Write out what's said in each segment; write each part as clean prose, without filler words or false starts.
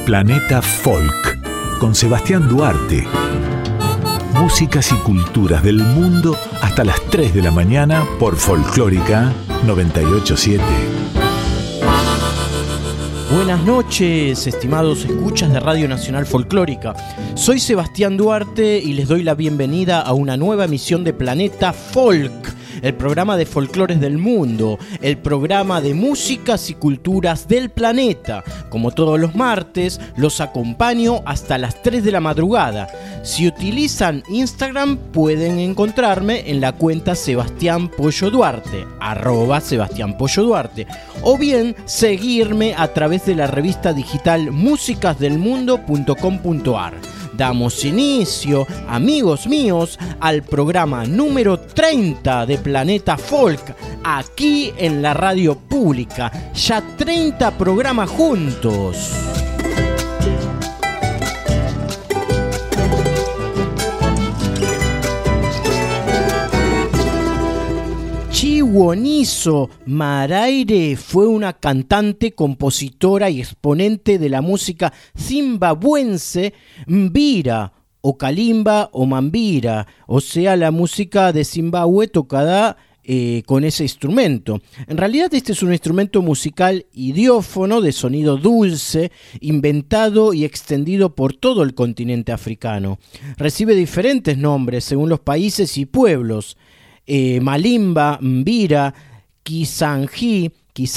Planeta Folk, con Sebastián Duarte. Músicas y culturas del mundo hasta las 3 de la mañana por Folclórica 98.7. Buenas noches, estimados escuchas de Radio Nacional Folclórica. Soy Sebastián Duarte y les doy la bienvenida a una nueva emisión de Planeta Folk, el programa de folclores del mundo, el programa de músicas y culturas del planeta. Como todos los martes, los acompaño hasta las 3 de la madrugada. Si utilizan Instagram, pueden encontrarme en la cuenta Sebastián Pollo Duarte, @Sebastián Pollo Duarte, o bien seguirme a través de la revista digital musicasdelmundo.com.ar. Damos inicio, amigos míos, al programa número 30 de Planeta Folk, aquí en la radio pública. Ya 30 programas juntos. Chiwoniso Maraire fue una cantante, compositora y exponente de la música zimbabuense mbira o kalimba o mambira, o sea, la música de Zimbabue tocada con ese instrumento. En realidad este es un instrumento musical idiófono de sonido dulce, inventado y extendido por todo el continente africano. Recibe diferentes nombres según los países y pueblos. Malimba, mbira, kisanji,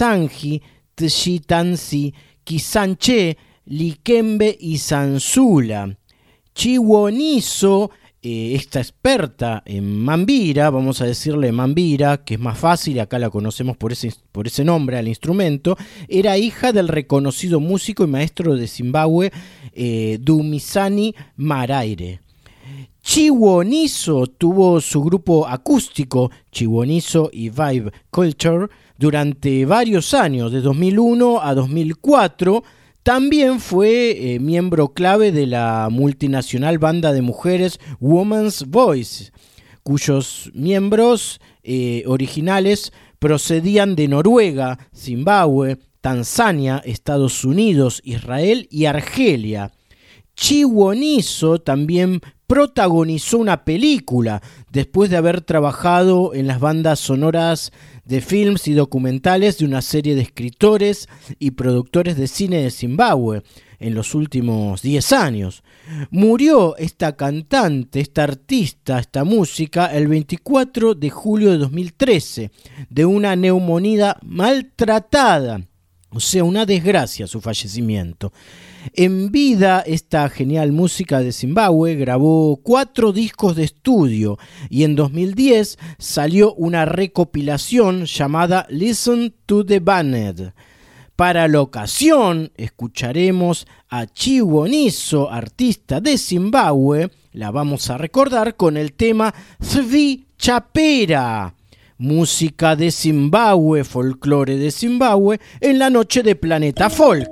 tshitansi, kisanche, likembe y sansula. Chiwoniso, esta experta en mambira, vamos a decirle mambira, que es más fácil, acá la conocemos por ese nombre al instrumento, era hija del reconocido músico y maestro de Zimbabue, Dumisani Maraire. Chiwoniso tuvo su grupo acústico, Chiwoniso y Vibe Culture, durante varios años, de 2001 a 2004. También fue miembro clave de la multinacional banda de mujeres Woman's Voice, cuyos miembros originales procedían de Noruega, Zimbabue, Tanzania, Estados Unidos, Israel y Argelia. Chiwoniso también protagonizó una película después de haber trabajado en las bandas sonoras de films y documentales de una serie de escritores y productores de cine de Zimbabue en los últimos 10 años. Murió esta cantante, esta artista, esta música el 24 de julio de 2013 de una neumonía maltratada. O sea, una desgracia su fallecimiento. En vida, esta genial música de Zimbabue grabó 4 discos de estudio y en 2010 salió una recopilación llamada Listen to the Banned. Para la ocasión, escucharemos a Chiwoniso, artista de Zimbabue. La vamos a recordar con el tema Svi Chapera. Música de Zimbabue, folclore de Zimbabue, en la noche de Planeta Folk.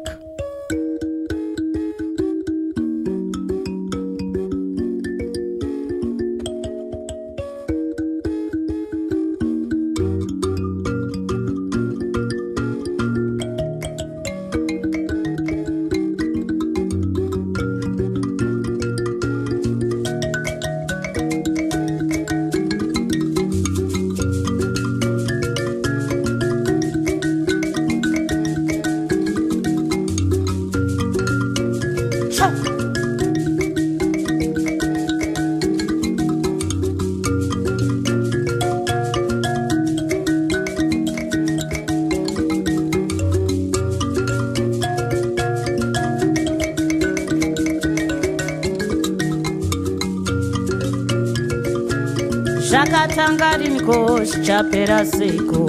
Zvakatangari mikosi chapera seiko.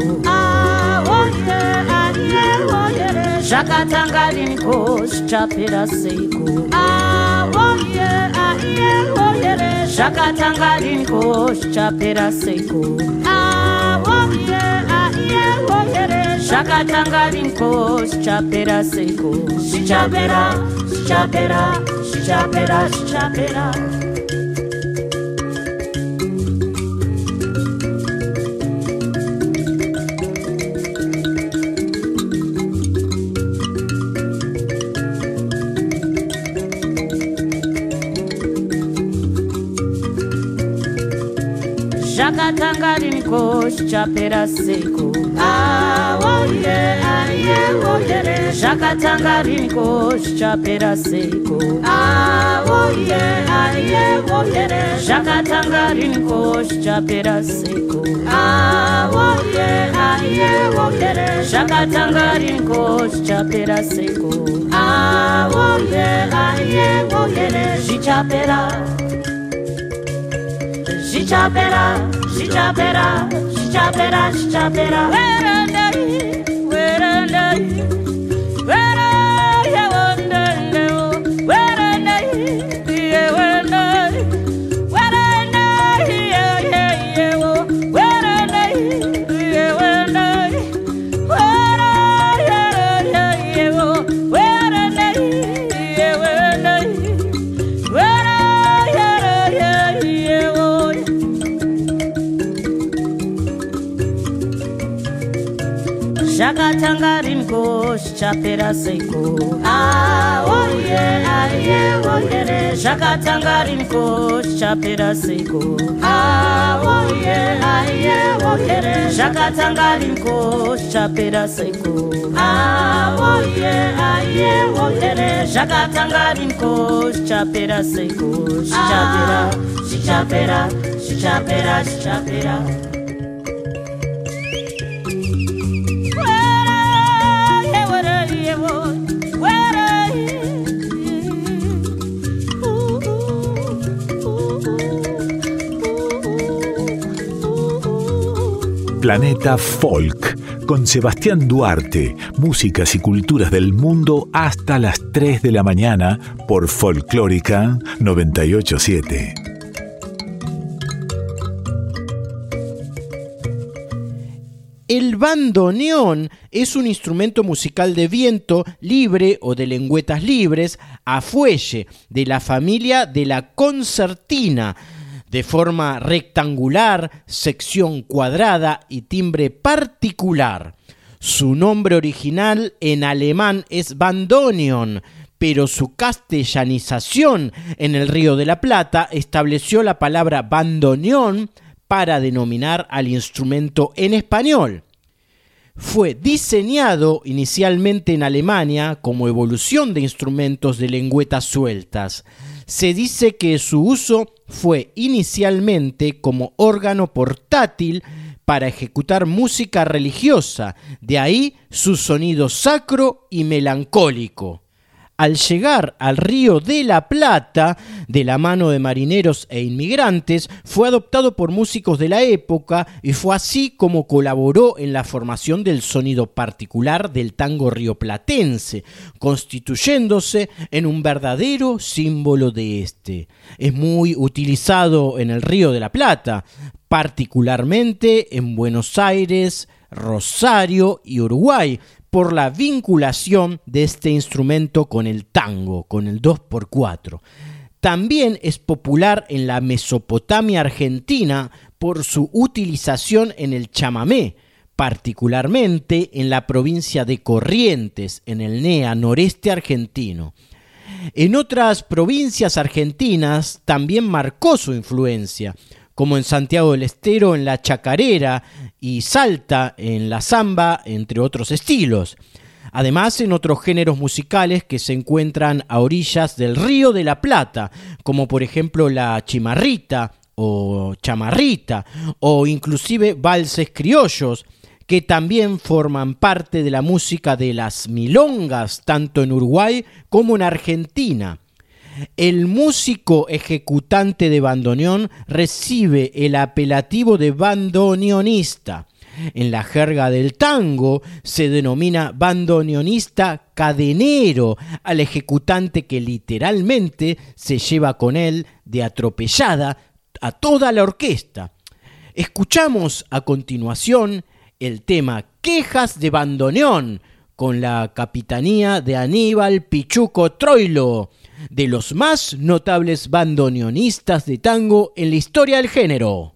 Zvakatangari mikosi chapera seiko. Zvakatangari mikosi chapera seiko. Zvakatangari mikosi chapera seiko. Chapera, chapera, chapera, chapera. Shakatangarinko chapera seko. Ah, oh yeah, ah yeah, oh yeah. Shakatangarinko chapera seko. Ah, oh yeah, ah yeah, oh yeah. Shakatangarinko chapera seko. Ah, oh yeah, ah yeah, oh yeah. Shakatangarinko chapera seko. Ah, oh yeah, ah yeah, oh yeah. Chapera. She chapera, she chapera, she chapera, she chapera. Where under you, where under you, where are you under you, where under you, where under you, where under you, where under you, where under you, where are you, where under you, where Shakatangarinko chapera seko. Ah, oh yeah, ah yeah, oh yeah. Shakatangarinko chapera seko. Ah, oh yeah, ah yeah, oh yeah. Shakatangarinko chapera seko. Ah, oh yeah, ah yeah, oh yeah. Shakatangarinko chapera seko. Chapera, chapera, chapera, chapera. Planeta Folk, con Sebastián Duarte, músicas y culturas del mundo hasta las 3 de la mañana por Folclórica 98.7. El bandoneón es un instrumento musical de viento libre o de lengüetas libres a fuelle de la familia de la concertina, de forma rectangular, sección cuadrada y timbre particular. Su nombre original en alemán es bandoneon, pero su castellanización en el Río de la Plata estableció la palabra bandoneón para denominar al instrumento en español. Fue diseñado inicialmente en Alemania como evolución de instrumentos de lengüetas sueltas. Se dice que su uso fue inicialmente como órgano portátil para ejecutar música religiosa, de ahí su sonido sacro y melancólico. Al llegar al Río de la Plata, de la mano de marineros e inmigrantes, fue adoptado por músicos de la época y fue así como colaboró en la formación del sonido particular del tango rioplatense, constituyéndose en un verdadero símbolo de este. Es muy utilizado en el Río de la Plata, particularmente en Buenos Aires, Rosario y Uruguay, por la vinculación de este instrumento con el tango, con el 2x4. También es popular en la Mesopotamia argentina por su utilización en el chamamé, particularmente en la provincia de Corrientes, en el NEA noreste argentino. En otras provincias argentinas también marcó su influencia, como en Santiago del Estero en la chacarera y Salta en la samba, entre otros estilos. Además, en otros géneros musicales que se encuentran a orillas del Río de la Plata, como por ejemplo la chimarrita o chamarrita, o inclusive valses criollos, que también forman parte de la música de las milongas, tanto en Uruguay como en Argentina. El músico ejecutante de bandoneón recibe el apelativo de bandoneonista. En la jerga del tango se denomina bandoneonista cadenero al ejecutante que literalmente se lleva con él de atropellada a toda la orquesta. Escuchamos a continuación el tema Quejas de bandoneón con la capitanía de Aníbal Pichuco Troilo, de los más notables bandoneonistas de tango en la historia del género.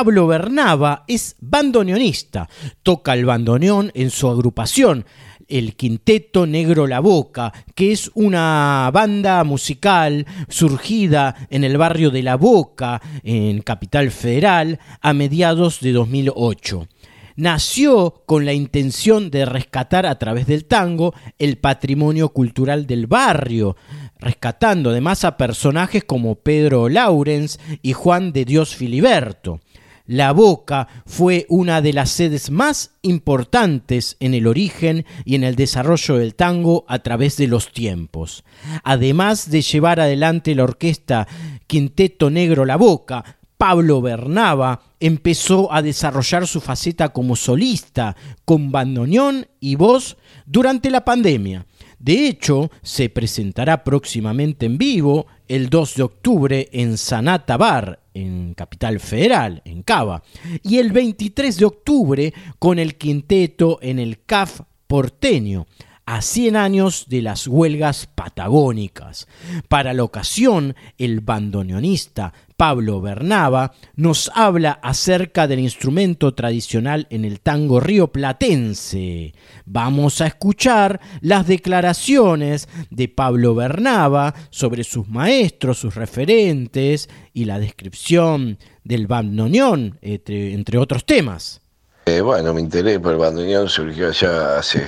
Pablo Bernaba es bandoneonista, toca el bandoneón en su agrupación, el Quinteto Negro La Boca, que es una banda musical surgida en el barrio de La Boca, en Capital Federal, a mediados de 2008. Nació con la intención de rescatar a través del tango el patrimonio cultural del barrio, rescatando además a personajes como Pedro Laurens y Juan de Dios Filiberto. La Boca fue una de las sedes más importantes en el origen y en el desarrollo del tango a través de los tiempos. Además de llevar adelante la orquesta Quinteto Negro La Boca, Pablo Bernaba empezó a desarrollar su faceta como solista, con bandoneón y voz durante la pandemia. De hecho, se presentará próximamente en vivo el 2 de octubre en Sanata Bar, en Capital Federal, en Cava, y el 23 de octubre con el quinteto en el CAF porteño, a 100 años de las huelgas patagónicas. Para la ocasión, el bandoneonista Pablo Bernaba nos habla acerca del instrumento tradicional en el tango rioplatense. Vamos a escuchar las declaraciones de Pablo Bernaba sobre sus maestros, sus referentes y la descripción del bandoneón, entre otros temas. Bueno, mi interés por el bandoneón surgió ya hace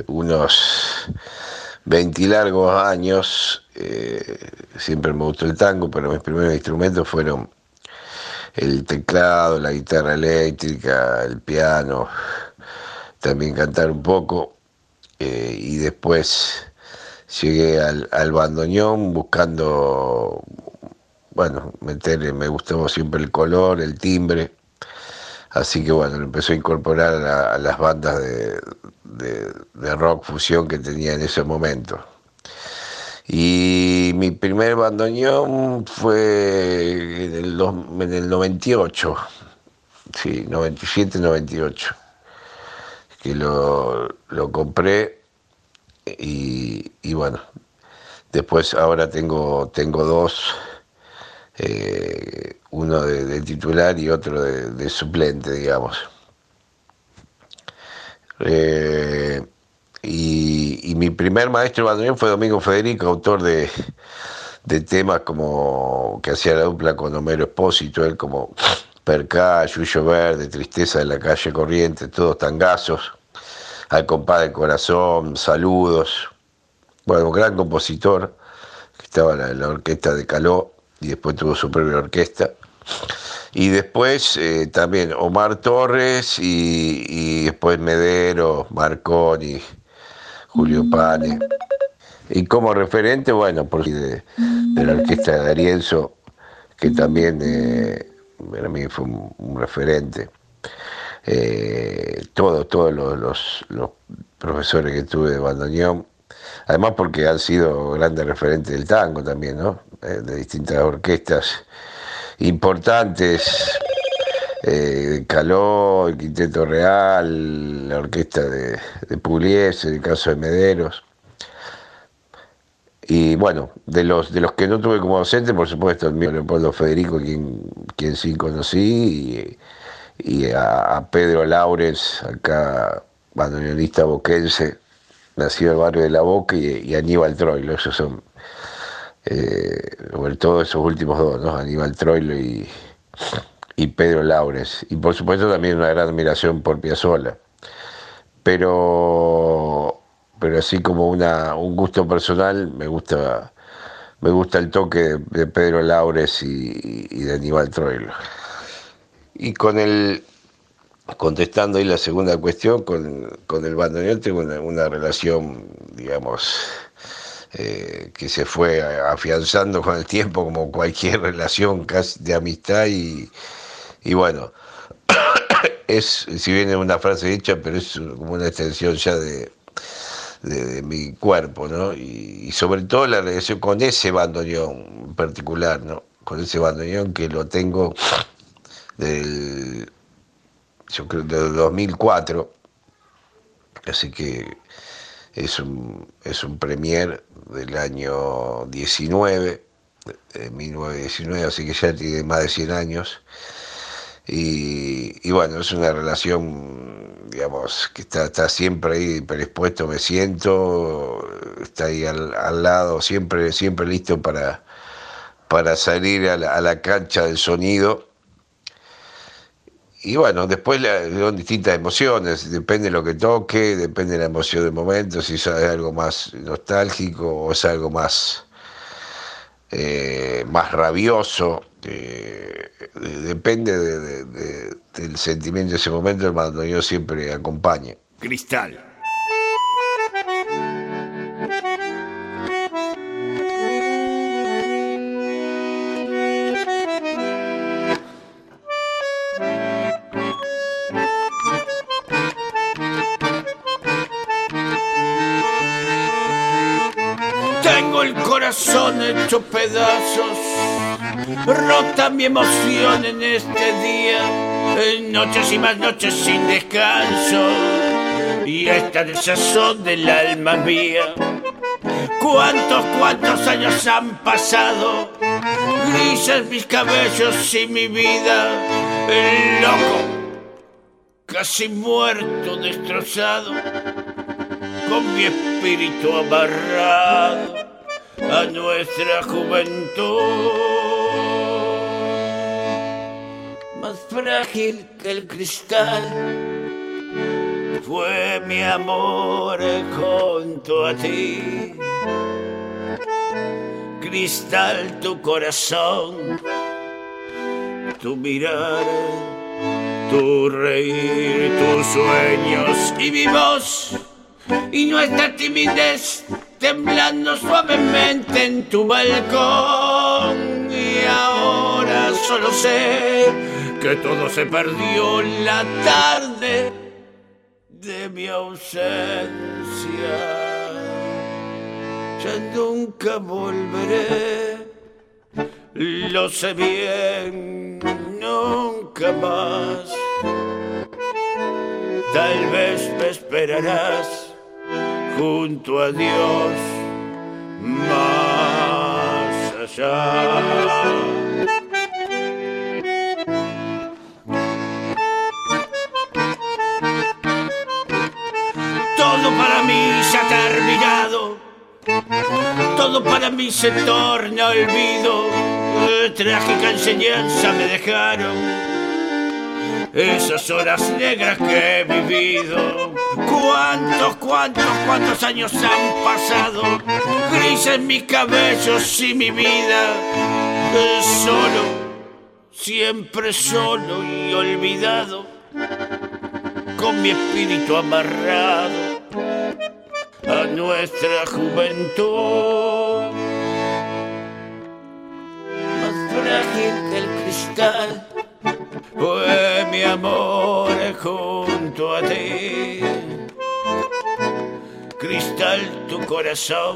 unos 20 largos años. Siempre me gustó el tango, pero mis primeros instrumentos fueron el teclado, la guitarra eléctrica, el piano, también cantar un poco. Y después llegué al bandoneón buscando, bueno, me gustó siempre el color, el timbre. Así que bueno, lo empezó a incorporar a las bandas de rock fusión que tenía en ese momento. Y mi primer bandoneón fue en el 98, sí, 97-98, que lo compré y bueno, después ahora tengo dos. Uno de titular y otro de suplente, digamos. Y mi primer maestro de bandoneón fue Domingo Federico, autor de temas como que hacía la dupla con Homero Espósito, él como Percá, Yuyo Verde, Tristeza de la calle Corriente, todos tangazos, Al compás del corazón, Saludos. Bueno, un gran compositor que estaba en la orquesta de Caló y después tuvo su propia orquesta. Y después también Omar Torres y después Medero, Marconi, Julio Pane. Y como referente, bueno, de la orquesta de D'Arienzo, que también para mí fue un referente. Todos los profesores que tuve de bandoneón, además porque han sido grandes referentes del tango también, ¿no? De distintas orquestas importantes, Caló, el Quinteto Real, la orquesta de Pugliese, el caso de Mederos. Y bueno, de los que no tuve como docente, por supuesto, el mío Leopoldo Federico, quien sí conocí, y a Pedro Laurens, acá bandoneonista boquense, nacido en el barrio de La Boca, y Aníbal Troilo. Esos son, sobre todo esos últimos dos, ¿no? Aníbal Troilo y Pedro Laurens. Y por supuesto también una gran admiración por Piazzolla. Pero así como un gusto personal, me gusta el toque de Pedro Laurens y de Aníbal Troilo. Y contestando ahí la segunda cuestión, con el bandoneón tengo una relación, digamos, que se fue afianzando con el tiempo, como cualquier relación casi de amistad, y bueno, si bien es una frase dicha, pero es como una extensión ya de mi cuerpo, ¿no? Y sobre todo la relación con ese bandoneón en particular, ¿no? Con ese bandoneón que lo tengo yo creo del 2004, así que es un premier del año 19, de 1919, así que ya tiene más de 100 años. Y bueno, es una relación, digamos, que está siempre ahí predispuesto, me siento, está ahí al lado, siempre listo para salir a la cancha del sonido. Y bueno, después son distintas emociones, depende de lo que toque, depende de la emoción del momento, si es algo más nostálgico o es algo más rabioso. Depende del sentimiento de ese momento, el bandoneón siempre acompaña. Cristal. Tengo el corazón hecho pedazos, rota mi emoción en este día, en noches y más noches sin descanso, y esta desazón del alma mía. ¿Cuántos años han pasado? Grises mis cabellos y mi vida, el loco, casi muerto, destrozado, con mi espíritu amarrado a nuestra juventud. Más frágil que el cristal fue mi amor junto a ti. Cristal, tu corazón, tu mirar, tu reír, tus sueños y mi voz, y nuestra timidez temblando suavemente en tu balcón. Y ahora solo sé que todo se perdió en la tarde de mi ausencia. Ya nunca volveré, lo sé bien, nunca más. Tal vez me esperarás junto a Dios más allá. Todo para mí se ha terminado, todo para mí se torna olvido. Trágica enseñanza me dejaron esas horas negras que he vivido. ¿Cuántos años han pasado? Grises mis cabellos y mi vida. Solo, siempre solo y olvidado, con mi espíritu amarrado a nuestra juventud. Más frágil que el cristal fue mi amor junto a ti. Cristal, tu corazón,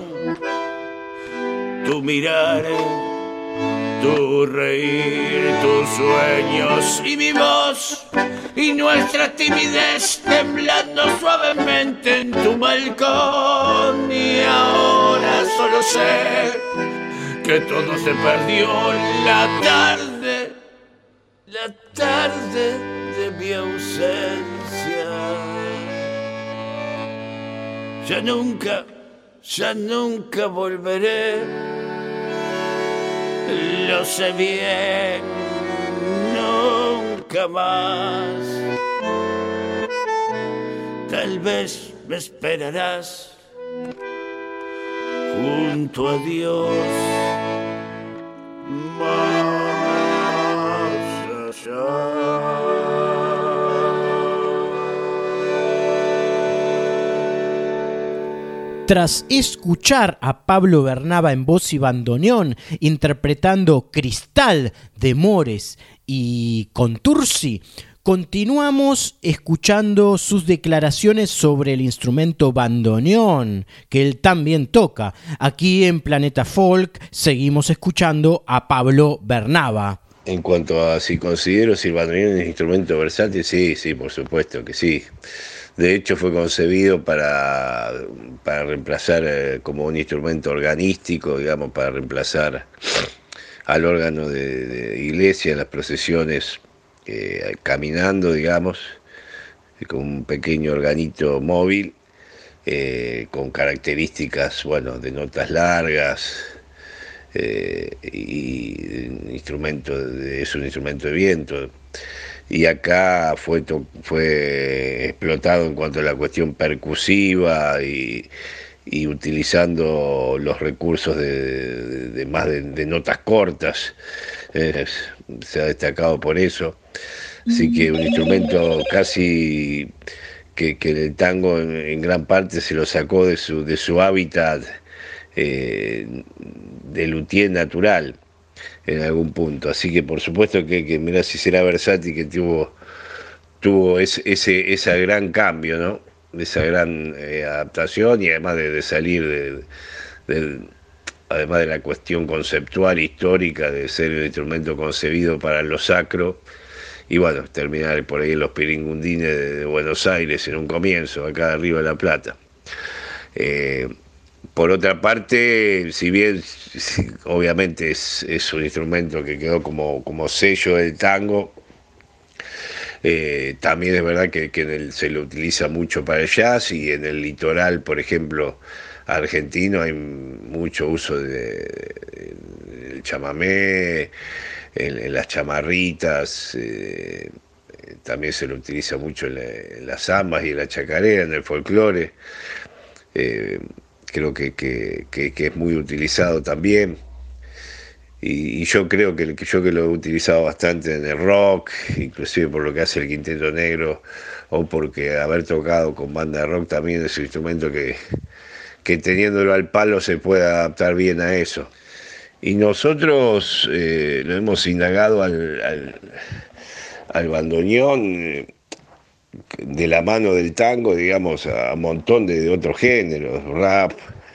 tu mirar, tu reír, tus sueños y mi voz, y nuestra timidez temblando suavemente en tu balcón. Y ahora solo sé que todo se perdió en la tarde de mi ausencia. Ya nunca volveré, lo sé bien, nunca más. Tal vez me esperarás junto a Dios más allá. Tras escuchar a Pablo Bernaba en voz y bandoneón interpretando Cristal de Mores y Contursi, continuamos escuchando sus declaraciones sobre el instrumento bandoneón, que él también toca. Aquí en Planeta Folk seguimos escuchando a Pablo Bernaba. En cuanto a si considero si el bandoneón es un instrumento versátil, sí, por supuesto que sí. De hecho fue concebido para reemplazar como un instrumento organístico, digamos, para reemplazar al órgano de iglesia en las procesiones caminando, digamos, con un pequeño organito móvil, con características, bueno, de notas largas, y es un instrumento de viento. Y acá fue explotado en cuanto a la cuestión percusiva y utilizando los recursos de notas cortas. Se ha destacado por eso. Así que un instrumento casi que el tango en gran parte se lo sacó de su hábitat de luthier natural en algún punto. Así que por supuesto que mirá si será Versátil, que tuvo ese gran cambio, ¿no? Esa gran adaptación, y además de salir además de la cuestión conceptual histórica de ser un instrumento concebido para lo sacro, y bueno, terminar por ahí en los Piringundines de Buenos Aires en un comienzo, acá arriba de La Plata. Por otra parte, si bien obviamente es un instrumento que quedó como sello del tango, también es verdad que se lo utiliza mucho para el jazz, y en el litoral, por ejemplo, argentino, hay mucho uso del chamamé, en las chamarritas, también se lo utiliza mucho en las zambas y en la chacarera, en el folclore. Creo que es muy utilizado también, y yo creo que lo he utilizado bastante en el rock, inclusive por lo que hace el Quinteto Negro, o porque haber tocado con banda de rock también es un instrumento que teniéndolo al palo se puede adaptar bien a eso. Y nosotros lo hemos indagado al bandoneón, de la mano del tango, digamos, a un montón de otros géneros, rap,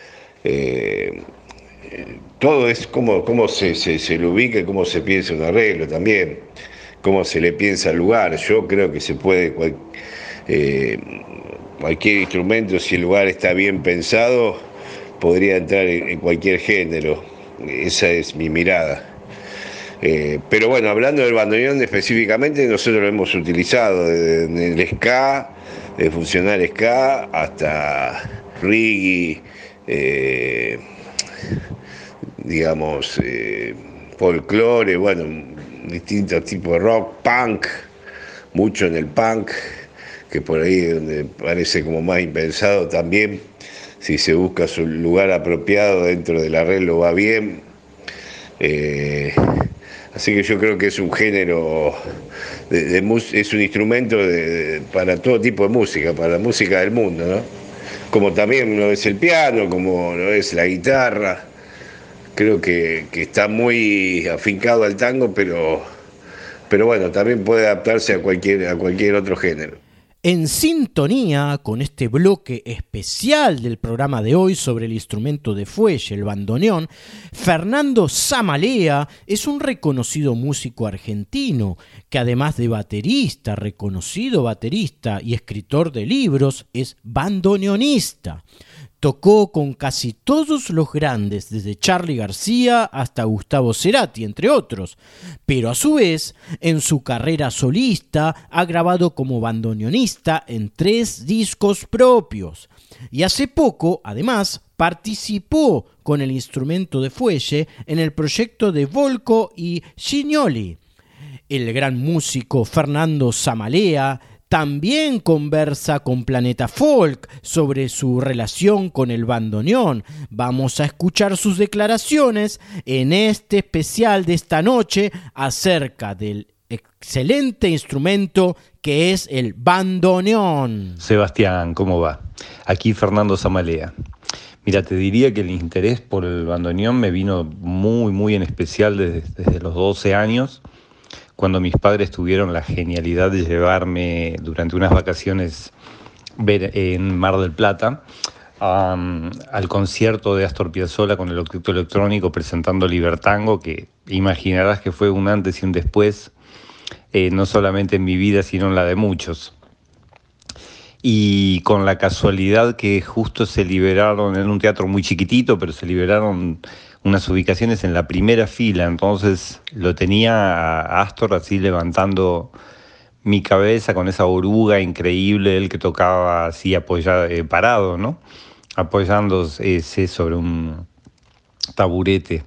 todo es cómo se lo ubica y cómo se piensa un arreglo también, cómo se le piensa el lugar. Yo creo que se puede, cualquier instrumento, si el lugar está bien pensado, podría entrar en cualquier género. Esa es mi mirada. Pero bueno, hablando del bandoneón específicamente, nosotros lo hemos utilizado desde el ska, de funcional ska, hasta reggae, digamos, folclore, bueno, distintos tipos de rock, punk, mucho en el punk, que por ahí es donde parece como más impensado también. Si se busca su lugar apropiado dentro del arreglo va bien. Así que yo creo que es un género, es un instrumento para todo tipo de música, para la música del mundo, ¿no? Como también lo es el piano, como lo es la guitarra. Creo que está muy afincado al tango, pero bueno, también puede adaptarse a cualquier otro género. En sintonía con este bloque especial del programa de hoy sobre el instrumento de fuelle, el bandoneón, Fernando Zamalea es un reconocido músico argentino que, además de baterista, reconocido baterista y escritor de libros, es bandoneonista. Tocó con casi todos los grandes, desde Charly García hasta Gustavo Cerati, entre otros, pero a su vez, en su carrera solista, ha grabado como bandoneonista en 3 discos propios. Y hace poco, además, participó con el instrumento de fuelle en el proyecto de Volko y Gignoli. El gran músico Fernando Zamalea también conversa con Planeta Folk sobre su relación con el bandoneón. Vamos a escuchar sus declaraciones en este especial de esta noche acerca del excelente instrumento que es el bandoneón. Sebastián, ¿cómo va? Aquí Fernando Zamalea. Mira, te diría que el interés por el bandoneón me vino muy en especial desde los 12 años, cuando mis padres tuvieron la genialidad de llevarme durante unas vacaciones en Mar del Plata al concierto de Astor Piazzolla con el octeto electrónico presentando Libertango, que imaginarás que fue un antes y un después, no solamente en mi vida, sino en la de muchos. Y con la casualidad que justo se liberaron, en un teatro muy chiquitito, pero se liberaron unas ubicaciones en la primera fila, entonces lo tenía a Astor así levantando mi cabeza con esa oruga increíble, él que tocaba así apoyado, parado, ¿no? Apoyándose sobre un taburete.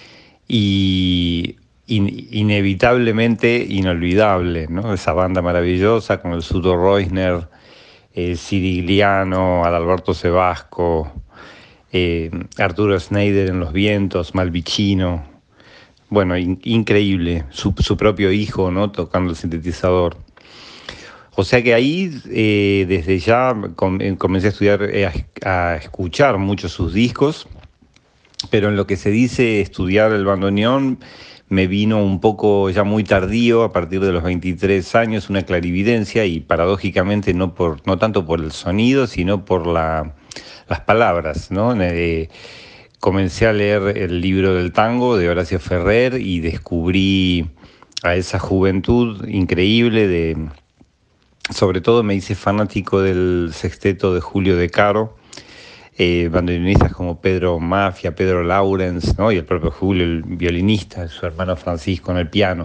Y inevitablemente inolvidable, ¿no? Esa banda maravillosa con el Sudo Reusner, Sirigliano, Adalberto Sebasco, Arturo Schneider en los vientos, Malvicino. Bueno, increíble, su propio hijo, ¿no? Tocando el sintetizador. O sea que ahí, desde ya, comencé a estudiar, a escuchar mucho sus discos, pero en lo que se dice estudiar el bandoneón, me vino un poco ya muy tardío, a partir de los 23 años, una clarividencia, y paradójicamente no tanto por el sonido, sino por las palabras, ¿no? Comencé a leer el libro del tango de Horacio Ferrer y descubrí a esa juventud increíble sobre todo me hice fanático del sexteto de Julio De Caro, bandoneonistas como Pedro Mafia, Pedro Laurens, ¿no? Y el propio Julio, el violinista, su hermano Francisco en el piano.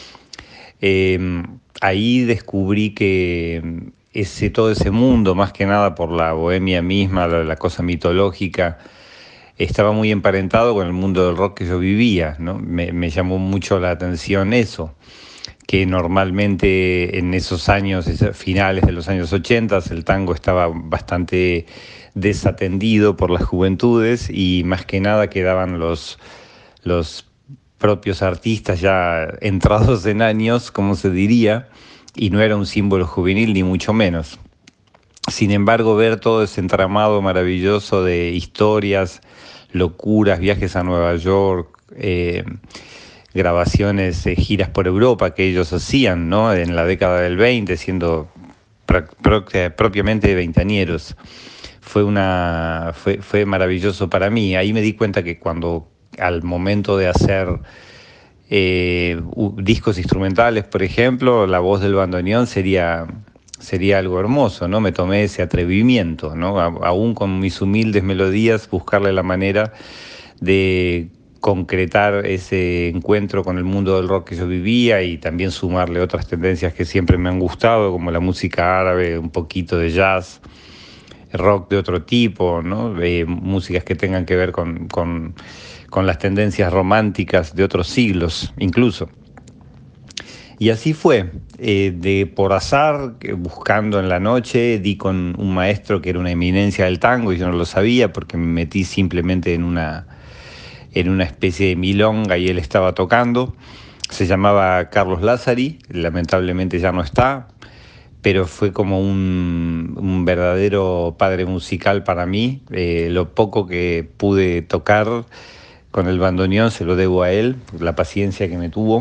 Ahí descubrí que todo ese mundo, más que nada por la bohemia misma, la cosa mitológica, estaba muy emparentado con el mundo del rock que yo vivía, ¿no? Me llamó mucho la atención eso, que normalmente en esos años, finales de los años 80, el tango estaba bastante desatendido por las juventudes y más que nada quedaban los propios artistas ya entrados en años, como se diría, y no era un símbolo juvenil ni mucho menos. Sin embargo, ver todo ese entramado maravilloso de historias, locuras, viajes a Nueva York, grabaciones, giras por Europa que ellos hacían, ¿no? En la década del 20, siendo propiamente veinteañeros. Fue maravilloso para mí. Ahí me di cuenta que cuando al momento de hacer discos instrumentales, por ejemplo, la voz del bandoneón sería algo hermoso, ¿no? Me tomé ese atrevimiento, ¿no? Aún con mis humildes melodías, buscarle la manera de concretar ese encuentro con el mundo del rock que yo vivía y también sumarle otras tendencias que siempre me han gustado, como la música árabe, un poquito de jazz, rock de otro tipo, ¿no? Músicas que tengan que ver con las tendencias románticas de otros siglos, incluso. Y así fue, por azar, buscando en la noche, di con un maestro que era una eminencia del tango y yo no lo sabía porque me metí simplemente en una especie de milonga y él estaba tocando. Se llamaba Carlos Lázari, lamentablemente ya no está, pero fue como un verdadero padre musical para mí. Lo poco que pude tocar con el bandoneón se lo debo a él, la paciencia que me tuvo.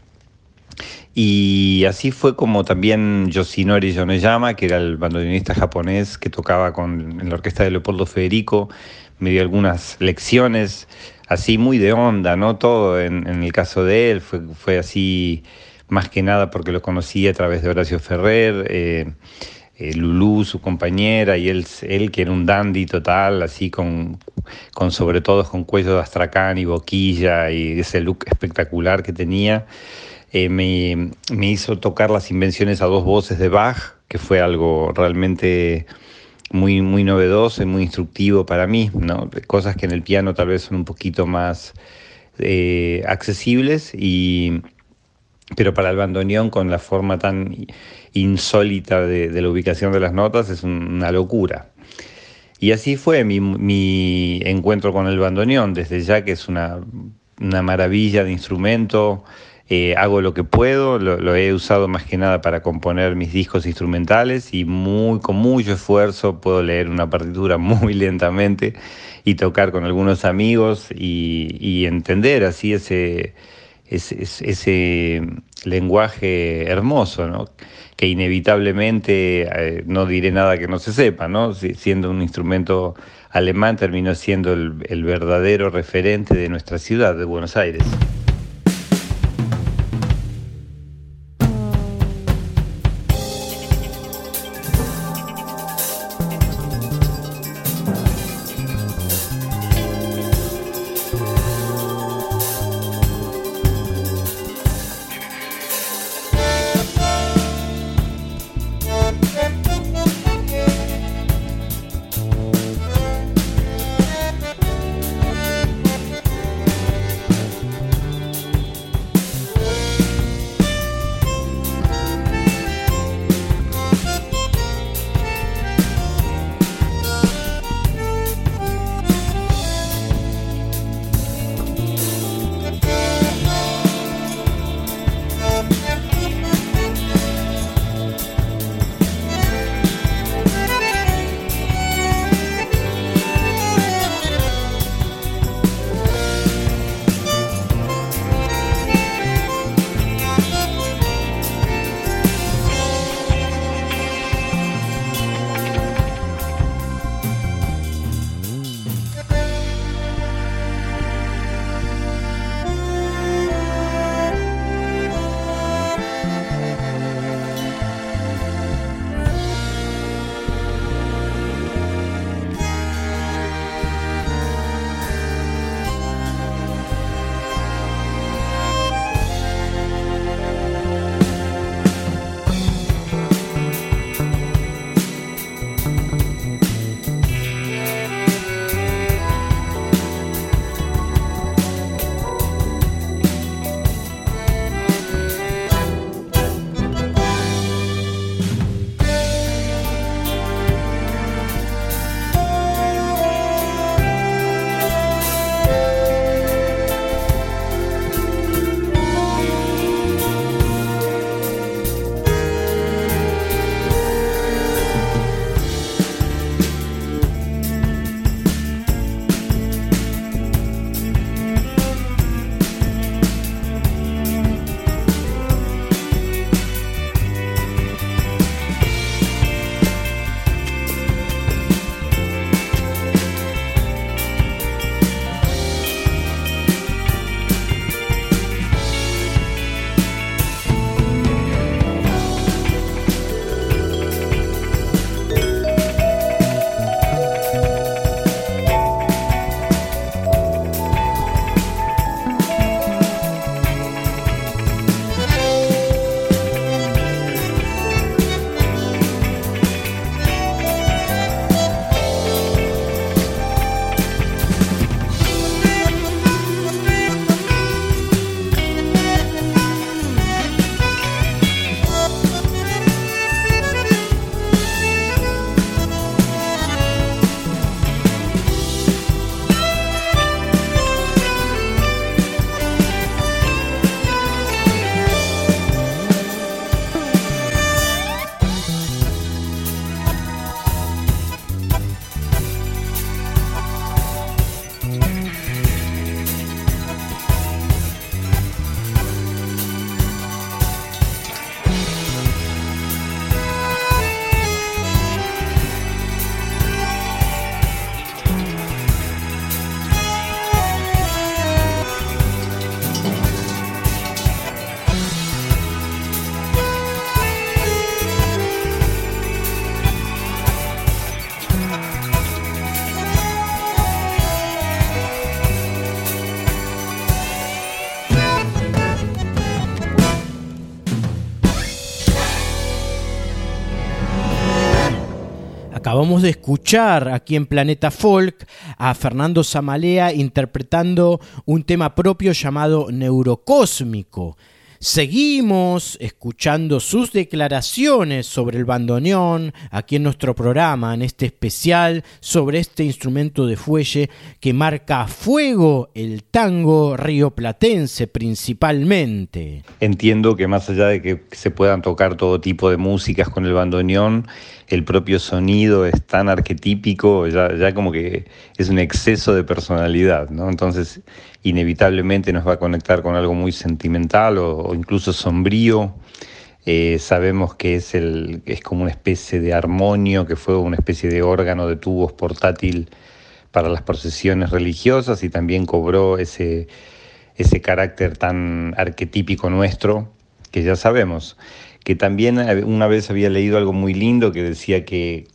Y así fue como también Yoshinori Yoneyama, que era el bandoneonista japonés que tocaba en la orquesta de Leopoldo Federico, me dio algunas lecciones, así muy de onda, ¿no? Todo en el caso de él fue así, más que nada porque lo conocí a través de Horacio Ferrer, Lulú, su compañera, y él que era un dandy total, así sobre todo con cuello de astracán y boquilla y ese look espectacular que tenía. Me hizo tocar las invenciones a dos voces de Bach, que fue algo realmente muy, muy novedoso y muy instructivo para mí, ¿no? Cosas que en el piano tal vez son un poquito más accesibles, pero para el bandoneón, con la forma tan insólita de la ubicación de las notas, es una locura. Y así fue mi encuentro con el bandoneón, desde ya que es una maravilla de instrumento. Hago lo que puedo, lo he usado más que nada para componer mis discos instrumentales y con mucho esfuerzo puedo leer una partitura muy lentamente y tocar con algunos amigos y entender así ese lenguaje hermoso, ¿no? Que inevitablemente, no diré nada que no se sepa, ¿no? Siendo un instrumento alemán, terminó siendo el verdadero referente de nuestra ciudad, de Buenos Aires. Acabamos de escuchar aquí en Planeta Folk a Fernando Zamalea interpretando un tema propio llamado Neurocósmico. Seguimos escuchando sus declaraciones sobre el bandoneón aquí en nuestro programa, en este especial sobre este instrumento de fuelle que marca a fuego el tango rioplatense principalmente. Entiendo que más allá de que se puedan tocar todo tipo de músicas con el bandoneón, el propio sonido es tan arquetípico, ya como que es un exceso de personalidad, ¿no? Entonces, inevitablemente nos va a conectar con algo muy sentimental o incluso sombrío. Sabemos que es como una especie de armonio, que fue una especie de órgano de tubos portátil para las procesiones religiosas y también cobró ese carácter tan arquetípico nuestro que ya sabemos. Que también una vez había leído algo muy lindo que decía que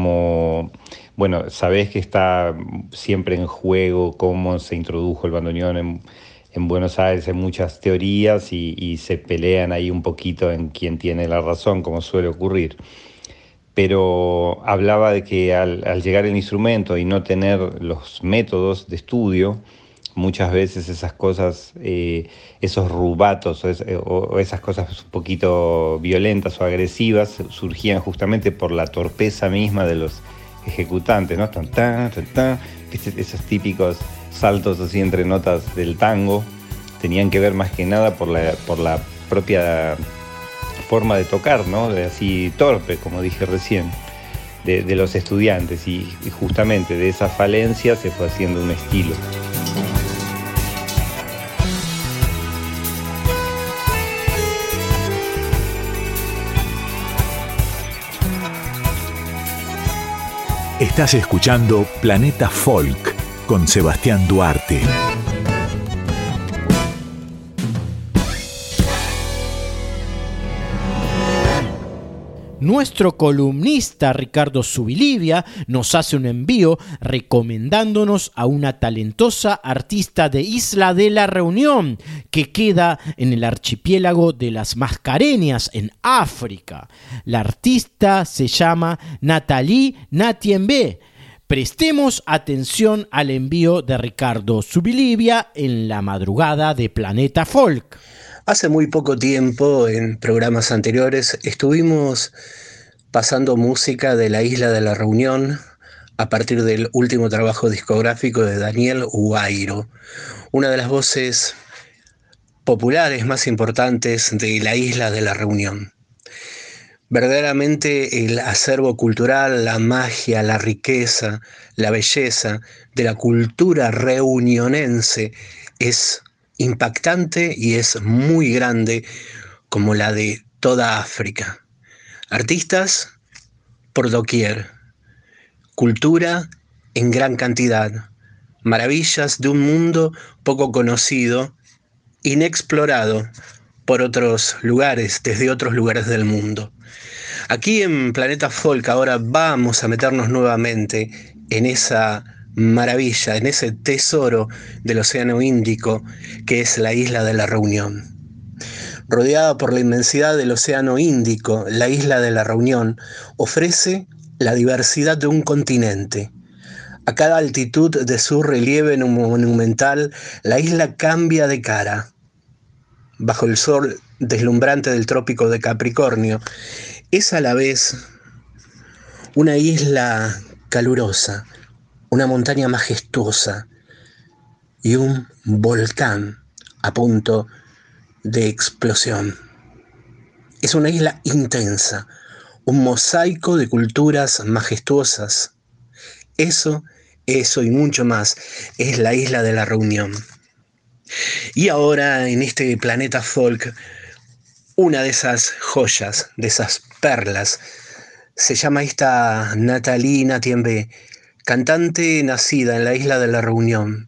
sabés que está siempre en juego cómo se introdujo el bandoneón en Buenos Aires, hay muchas teorías y se pelean ahí un poquito en quién tiene la razón, como suele ocurrir. Pero hablaba de que al llegar el instrumento y no tener los métodos de estudio, muchas veces esas cosas, esos rubatos o esas cosas un poquito violentas o agresivas surgían justamente por la torpeza misma de los ejecutantes, ¿no? Tan, tan, tan, tan, esos típicos saltos así entre notas del tango tenían que ver más que nada por la propia forma de tocar, ¿no? De así torpe, como dije recién, de los estudiantes y justamente de esa falencia se fue haciendo un estilo. Estás escuchando Planeta Folk con Sebastián Duarte. Nuestro columnista Ricardo Subilivia nos hace un envío recomendándonos a una talentosa artista de Isla de la Reunión que queda en el archipiélago de las Mascareñas en África. La artista se llama Nathalie Natiembe. Prestemos atención al envío de Ricardo Subilivia en la madrugada de Planeta Folk. Hace muy poco tiempo, en programas anteriores, estuvimos pasando música de la Isla de la Reunión a partir del último trabajo discográfico de Daniel Huayro, una de las voces populares más importantes de la Isla de la Reunión. Verdaderamente el acervo cultural, la magia, la riqueza, la belleza de la cultura reunionense es impactante y es muy grande como la de toda África. Artistas por doquier, cultura en gran cantidad, maravillas de un mundo poco conocido, inexplorado por otros lugares, desde otros lugares del mundo. Aquí en Planeta Folk ahora vamos a meternos nuevamente en esa maravilla, en ese tesoro del Océano Índico que es la Isla de la Reunión. Rodeada por la inmensidad del Océano Índico, la Isla de la Reunión ofrece la diversidad de un continente. A cada altitud de su relieve monumental, la isla cambia de cara. Bajo el sol deslumbrante del trópico de Capricornio, es a la vez una isla calurosa, una montaña majestuosa y un volcán a punto de explosión. Es una isla intensa, un mosaico de culturas majestuosas. Eso y mucho más es la Isla de la Reunión. Y ahora en este Planeta Folk, una de esas joyas, de esas perlas, se llama esta Nathalie Natiembe, cantante nacida en la Isla de la Reunión.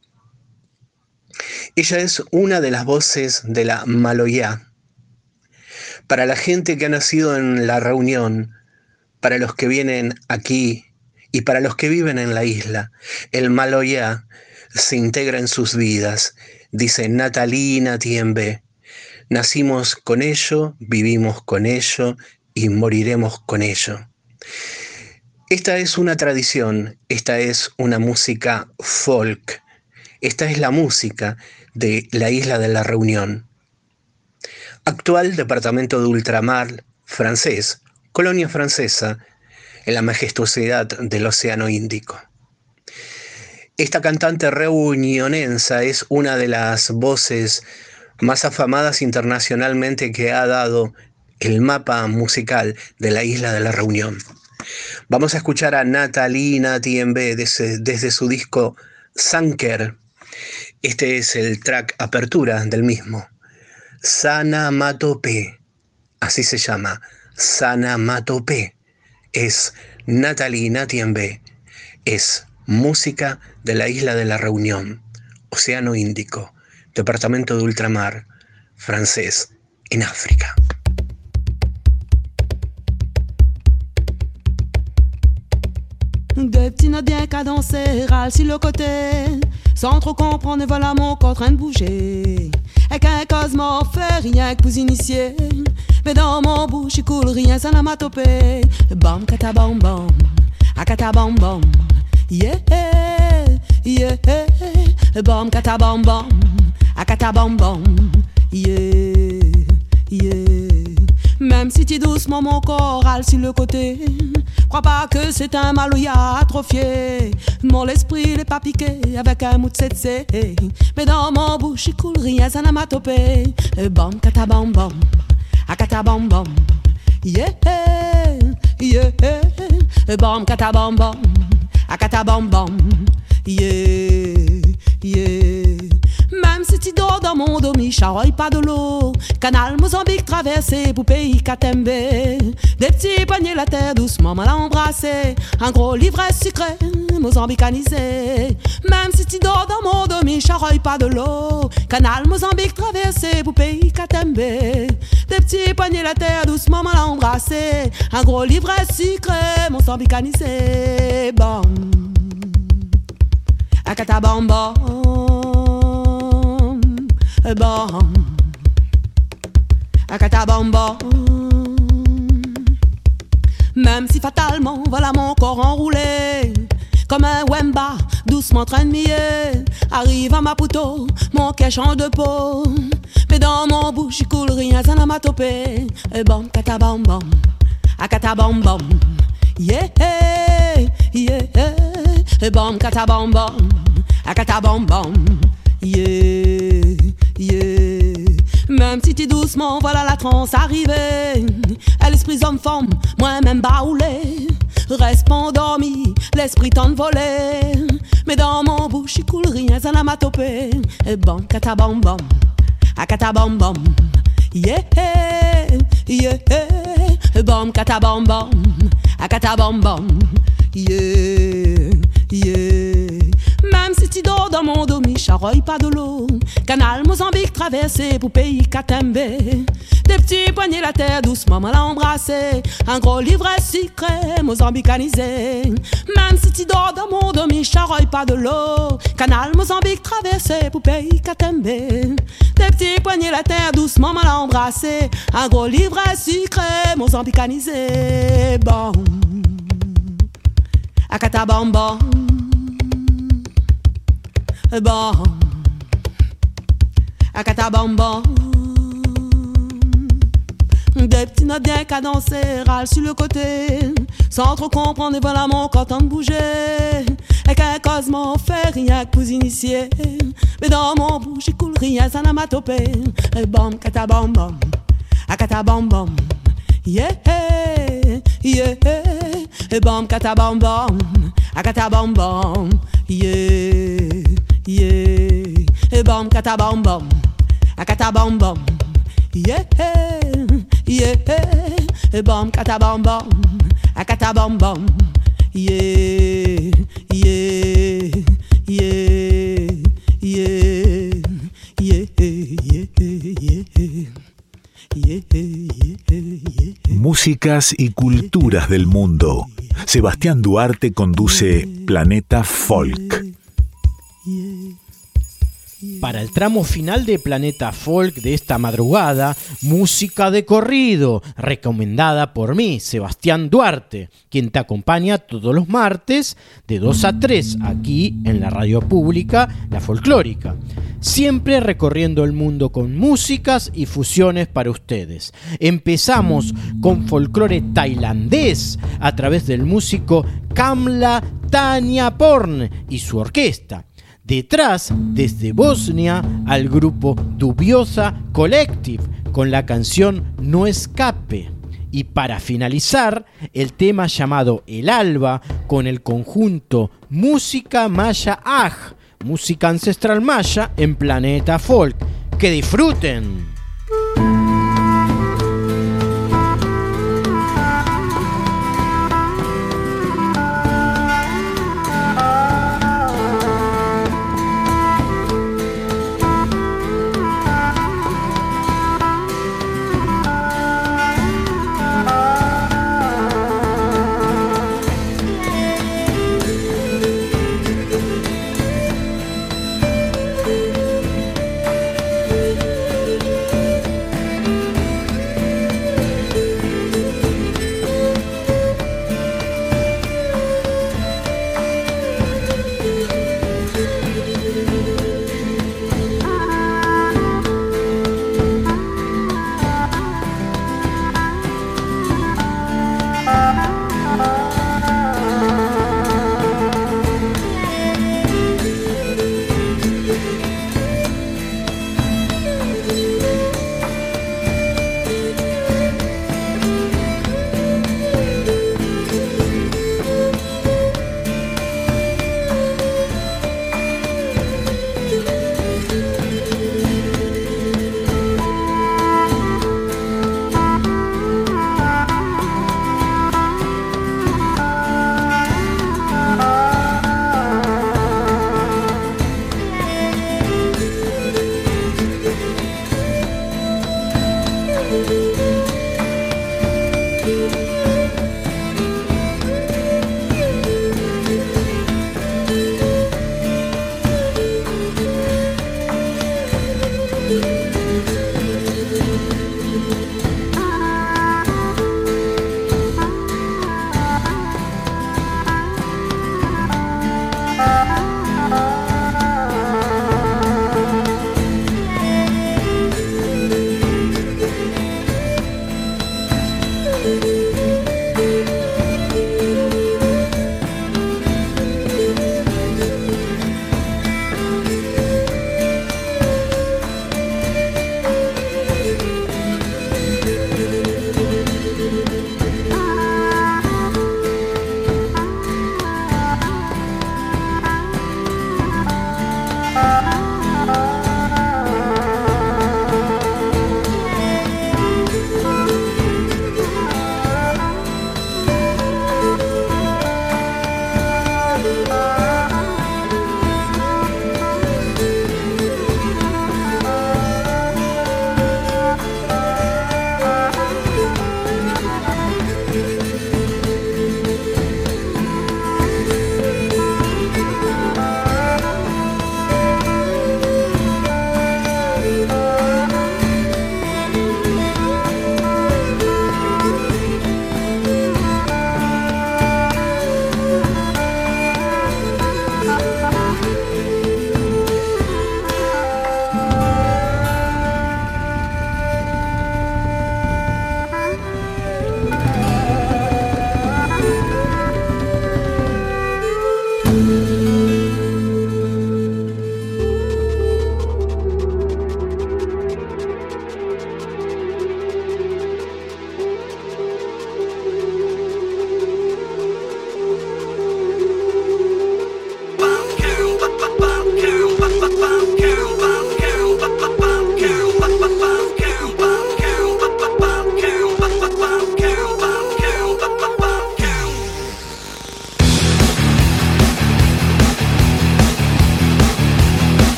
Ella es una de las voces de la Maloyá. Para la gente que ha nacido en la Reunión, para los que vienen aquí y para los que viven en la isla, el Maloyá se integra en sus vidas. Dice Nathalie Natiembe: nacimos con ello, vivimos con ello y moriremos con ello. Esta es una tradición, esta es una música folk, esta es la música de la isla de la Reunión, actual departamento de ultramar francés, colonia francesa, en la majestuosidad del Océano Índico. Esta cantante reunionense es una de las voces más afamadas internacionalmente que ha dado el mapa musical de la isla de la Reunión. Vamos a escuchar a Nathalie Natiembe desde su disco Sanker. Este es el track apertura del mismo. Sanamatope, así se llama, Sanamatope. Es Nathalie Natiembe, es música de la isla de la Reunión, Océano Índico, departamento de ultramar francés en África. Des petits notes bien cadencés râlent sur le côté, sans trop comprendre, et voilà mon corps en train de bouger. Et qu'un cosmo fait rien que vous initier, mais dans mon bouche il coule rien, ça n'a m'a topé. Bam kata bam bam, akata bam bam, yeah yeah. Bam kata bam bam, akata bam bam, yeah yeah. Même si tu doucement mon corps râle sur le côté, crois pas que c'est un malouya atrophié. Mon esprit n'est pas piqué avec un mou de tsetse, mais dans mon bouche il coule rien, ça n'a m'a topé. Bam kata bam bam, akata bam bam, yeah yeah. Bam kata bam bam, akata bam bam, yeah yeah. Même si tu dors dans mon domi, charoille pas de l'eau. Canal Mozambique traversé pour pays Katembe. Des petits poignets la terre doucement mal embrassé. Un gros livret sucré, mozambicanisé. Même si tu dors dans mon domi, charoille pas de l'eau. Canal Mozambique traversé pour pays Katembe. Des petits poignets la terre doucement mal embrassé. Un gros livret sucré, mozambicanisé. Bam, akata bam bam. Bam, akata bam bam. Même si fatalement, voilà mon corps enroulé comme un wemba, doucement train de mier. Arrive à Maputo, mon cœur change de peau, mais dans mon bouche il coule rien, ça n'a m'a topé. Bam, kata bam bam, akata bam bam, yeah yeah. Bam, kata bam bam, akata bam bam, yeah yeah. Même si tu doucement, voilà la transe arrivée. À l'esprit homme-femme, moi-même baoulé. Reste pas endormi, l'esprit t'envolé. Mais dans mon bouche il coule rien, ça n'a m'a topé. Bam, kata bam bam, akata bam bam, yeah yeah. Bam, kata bam bam, akata bam bam, yeah yeah. Même si tu dors dans mon domi, charoille pas de l'eau. Canal Mozambique traversé pour pays Katembe. Des petits poignets la terre doucement mal embrassé. Un gros livret sucré, mozambicanisé. Même si tu dors dans mon domi, charoille pas de l'eau. Canal Mozambique traversé pour pays Katembe. Des petits poignets la terre doucement mal embrassé. Un gros livret sucré, mozambicanisé. Bam, akata bam bam. Bam, akata bam bam. Des petits notes bien cadencés râlent sur le côté, sans trop comprendre, et voilà mon corps en train de bouger. Et qu'un cosmo fait rien que vous initier, mais dans mon bouche il coule rien, ça n'a m'a topé. Bam, kata bam bam, akata bam bam, yeah yeah. Bam, kata bam bam, akata bam bam, yeah yeah. Bam, kata bam bam, akata bam bam, yeah yeah. Bam, kata bam bam, akata bam bam, yeah yeah yeah yeah. Músicas y culturas del mundo. Sebastián Duarte conduce Planeta Folk. Para el tramo final de Planeta Folk de esta madrugada, música de corrido, recomendada por mí, Sebastián Duarte, quien te acompaña todos los martes de 2 a 3 aquí en la radio pública, La Folclórica. Siempre recorriendo el mundo con músicas y fusiones para ustedes. Empezamos con folclore tailandés a través del músico Kamla Tanyaporn y su orquesta. Detrás, desde Bosnia, al grupo Dubiosa Collective con la canción No Escape. Y para finalizar, el tema llamado El Alba con el conjunto Música Maya Aj, música ancestral maya en Planeta Folk. ¡Que disfruten!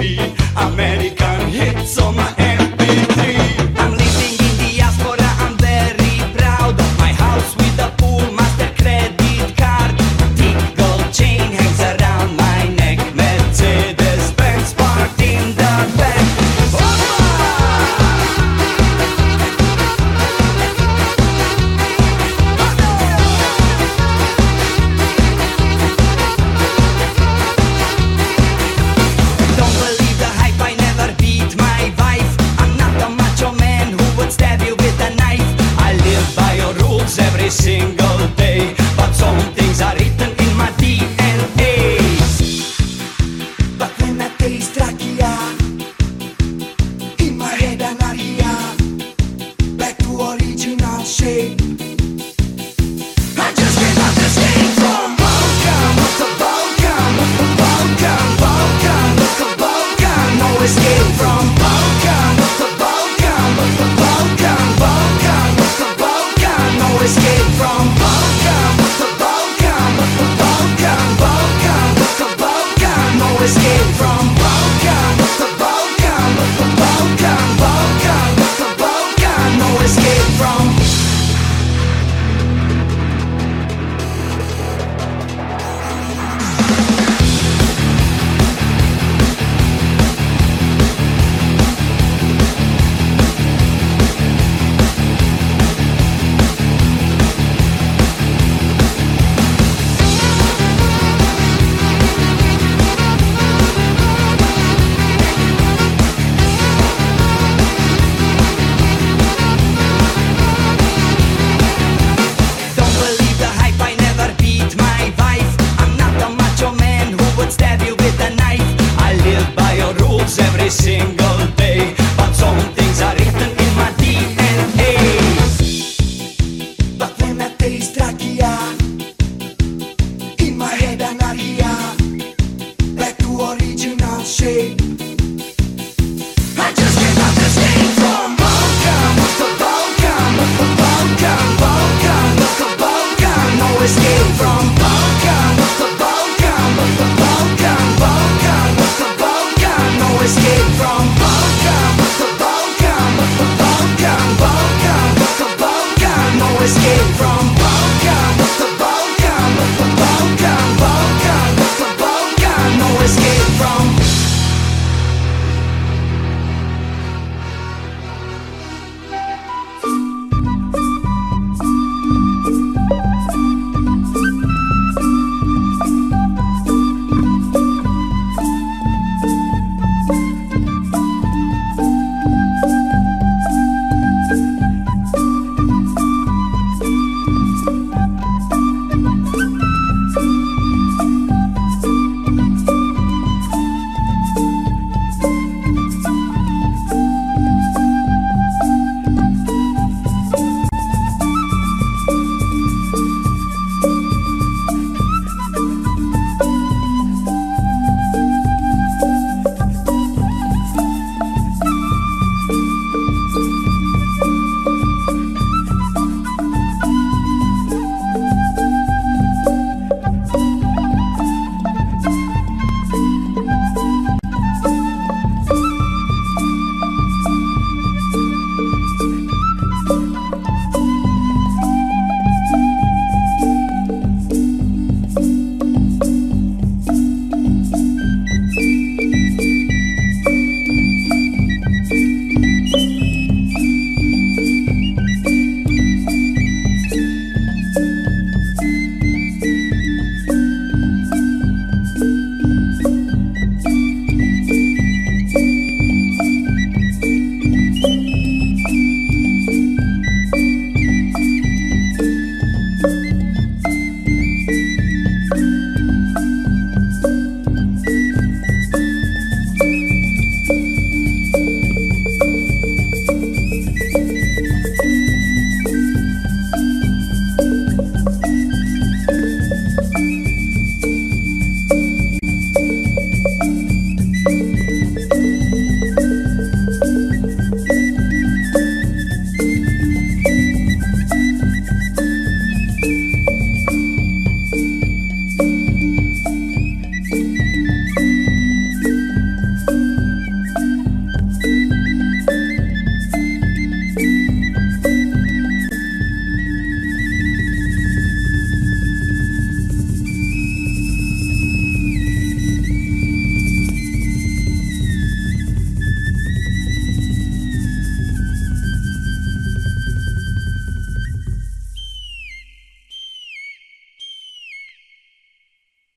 repeat. American hits on my